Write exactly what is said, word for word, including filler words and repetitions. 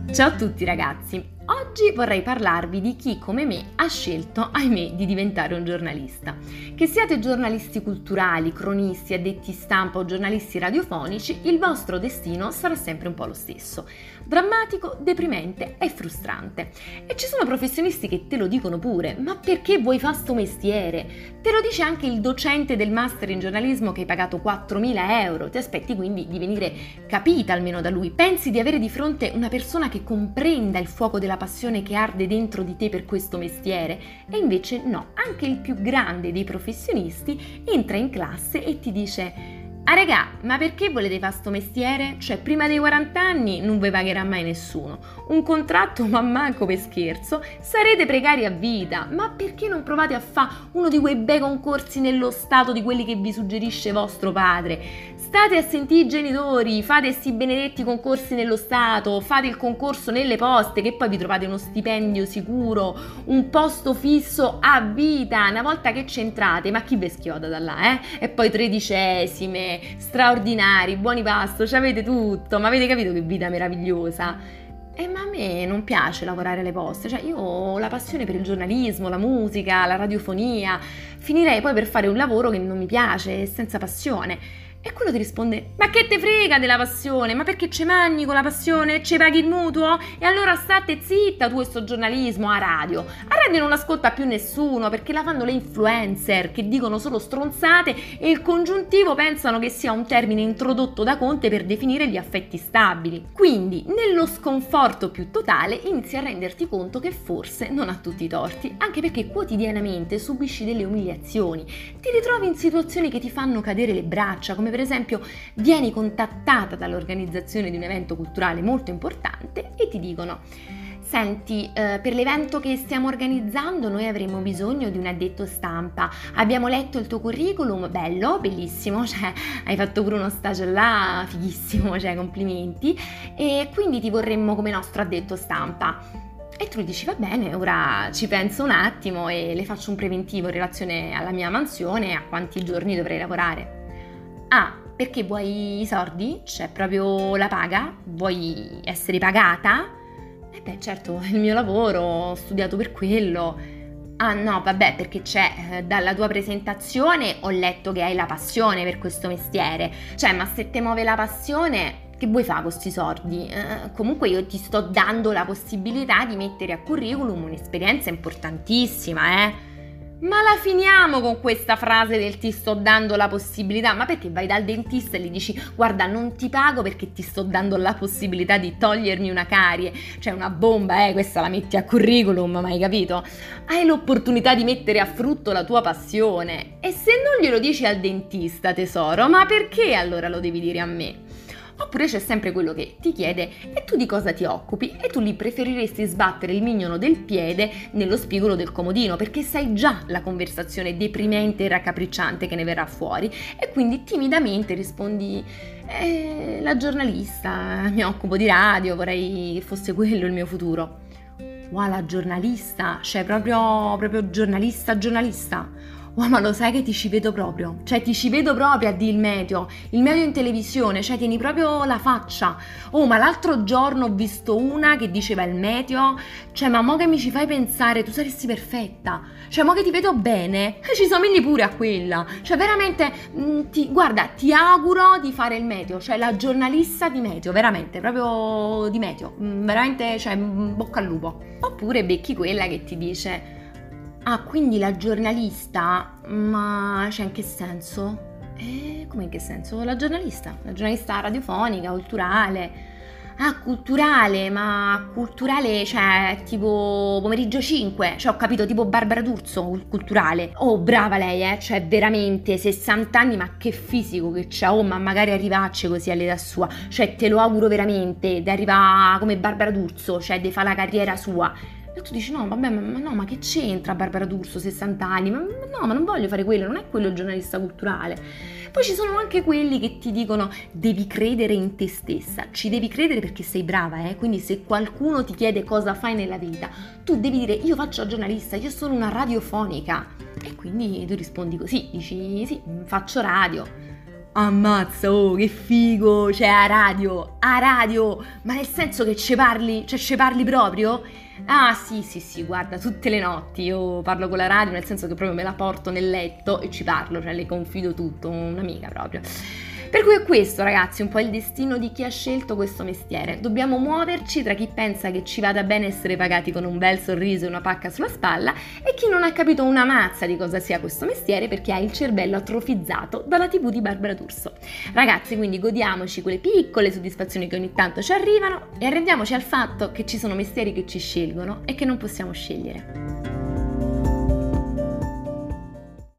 Ciao a tutti ragazzi! Oggi vorrei parlarvi di chi come me ha scelto, ahimè, di diventare un giornalista. Che siate giornalisti culturali, cronisti, addetti stampa o giornalisti radiofonici, il vostro destino sarà sempre un po' lo stesso. Drammatico, deprimente e frustrante. E ci sono professionisti che te lo dicono pure, ma perché vuoi fare sto mestiere? Te lo dice anche il docente del master in giornalismo che hai pagato quattromila euro, ti aspetti quindi di venire capita almeno da lui. Pensi di avere di fronte una persona che comprenda il fuoco della passione che arde dentro di te per questo mestiere, e invece no, anche il più grande dei professionisti entra in classe e ti dice: ah regà, ma perché volete fare sto mestiere? Cioè prima dei quaranta anni non vi pagherà mai nessuno, un contratto ma manco per scherzo, sarete precari a vita, ma perché non provate a fare uno di quei bei concorsi nello Stato di quelli che vi suggerisce vostro padre? State a sentire i genitori, fate sti benedetti concorsi nello Stato, fate il concorso nelle poste che poi vi trovate uno stipendio sicuro, un posto fisso a vita, una volta che c'entrate, ma chi ve schioda da là, eh? E poi tredicesime, straordinari, buoni pasto, ci avete tutto, ma avete capito che vita meravigliosa? Eh, ma a me non piace lavorare alle poste, cioè io ho la passione per il giornalismo, la musica, la radiofonia, finirei poi per fare un lavoro che non mi piace, senza passione. E quello ti risponde: ma che te frega della passione? Ma perché ci mangi con la passione? Ci paghi il mutuo? E allora state zitta tu e sto giornalismo a radio. A radio non ascolta più nessuno perché la fanno le influencer che dicono solo stronzate e il congiuntivo pensano che sia un termine introdotto da Conte per definire gli affetti stabili. Quindi nello sconforto più totale inizi a renderti conto che forse non ha tutti i torti, anche perché quotidianamente subisci delle umiliazioni, ti ritrovi in situazioni che ti fanno cadere le braccia, come per esempio vieni contattata dall'organizzazione di un evento culturale molto importante e ti dicono: senti, eh, per l'evento che stiamo organizzando noi avremo bisogno di un addetto stampa, abbiamo letto il tuo curriculum, bello, bellissimo, cioè hai fatto pure uno stage là, fighissimo, cioè complimenti, e quindi ti vorremmo come nostro addetto stampa. E tu gli dici: va bene, ora ci penso un attimo e le faccio un preventivo in relazione alla mia mansione e a quanti giorni dovrei lavorare. Ah, perché vuoi i soldi? C'è proprio la paga? Vuoi essere pagata? Eh beh, certo, è il mio lavoro, ho studiato per quello. Ah no, vabbè, perché c'è, eh, dalla tua presentazione ho letto che hai la passione per questo mestiere. Cioè, ma se te muove la passione, che vuoi fare con questi soldi? Eh, comunque io ti sto dando la possibilità di mettere a curriculum un'esperienza importantissima, eh? Ma la finiamo con questa frase del ti sto dando la possibilità? Ma perché vai dal dentista e gli dici: guarda, non ti pago perché ti sto dando la possibilità di togliermi una carie? Cioè una bomba, eh, questa la metti a curriculum, ma hai capito? Hai l'opportunità di mettere a frutto la tua passione. E se non glielo dici al dentista, tesoro, ma perché allora lo devi dire a me? Oppure c'è sempre quello che ti chiede: e tu di cosa ti occupi? E tu lì preferiresti sbattere il mignolo del piede nello spigolo del comodino perché sai già la conversazione deprimente e raccapricciante che ne verrà fuori, e quindi timidamente rispondi: eh, la giornalista, mi occupo di radio, vorrei che fosse quello il mio futuro. Wow, la giornalista, cioè proprio, proprio giornalista, giornalista. Wow, ma lo sai che ti ci vedo proprio, cioè ti ci vedo proprio a dire il meteo, il meteo in televisione, cioè tieni proprio la faccia. Oh, ma l'altro giorno ho visto una che diceva il meteo, cioè ma mo che mi ci fai pensare, tu saresti perfetta, cioè mo che ti vedo bene, ci somigli pure a quella, cioè veramente, mh, ti, guarda, ti auguro di fare il meteo, cioè la giornalista di meteo, veramente, proprio di meteo, mh, veramente, cioè mh, bocca al lupo. Oppure becchi quella che ti dice: ah, quindi la giornalista? Ma c'è in che senso? Eh, come in che senso? La giornalista, la giornalista radiofonica, culturale. Ah, culturale, ma culturale, cioè, tipo pomeriggio cinque, cioè ho capito, tipo Barbara D'Urso, culturale. Oh, brava lei, eh, cioè veramente, sessanta anni, ma che fisico che c'ha, oh, ma magari arrivarci così all'età sua, cioè te lo auguro veramente, di arrivare come Barbara D'Urso, cioè di fare la carriera sua. E tu dici: no, vabbè, ma, ma no, ma che c'entra Barbara D'Urso, sessanta anni? Ma, ma no, ma non voglio fare quello, non è quello il giornalista culturale. Poi ci sono anche quelli che ti dicono: devi credere in te stessa, ci devi credere perché sei brava, eh? Quindi se qualcuno ti chiede cosa fai nella vita, tu devi dire: io faccio la giornalista, io sono una radiofonica. E quindi tu rispondi così, dici: sì, faccio radio. Ammazza, oh, che figo, cioè a radio, a radio, ma nel senso che ci parli, cioè ci parli proprio? Ah sì sì sì, guarda, tutte le notti io parlo con la radio, nel senso che proprio me la porto nel letto e ci parlo, cioè le confido tutto, un'amica proprio. Per cui è questo, ragazzi, un po' il destino di chi ha scelto questo mestiere. Dobbiamo muoverci tra chi pensa che ci vada bene essere pagati con un bel sorriso e una pacca sulla spalla e chi non ha capito una mazza di cosa sia questo mestiere perché ha il cervello atrofizzato dalla tivù di Barbara D'Urso. Ragazzi, quindi godiamoci quelle piccole soddisfazioni che ogni tanto ci arrivano e arrendiamoci al fatto che ci sono mestieri che ci scelgono e che non possiamo scegliere.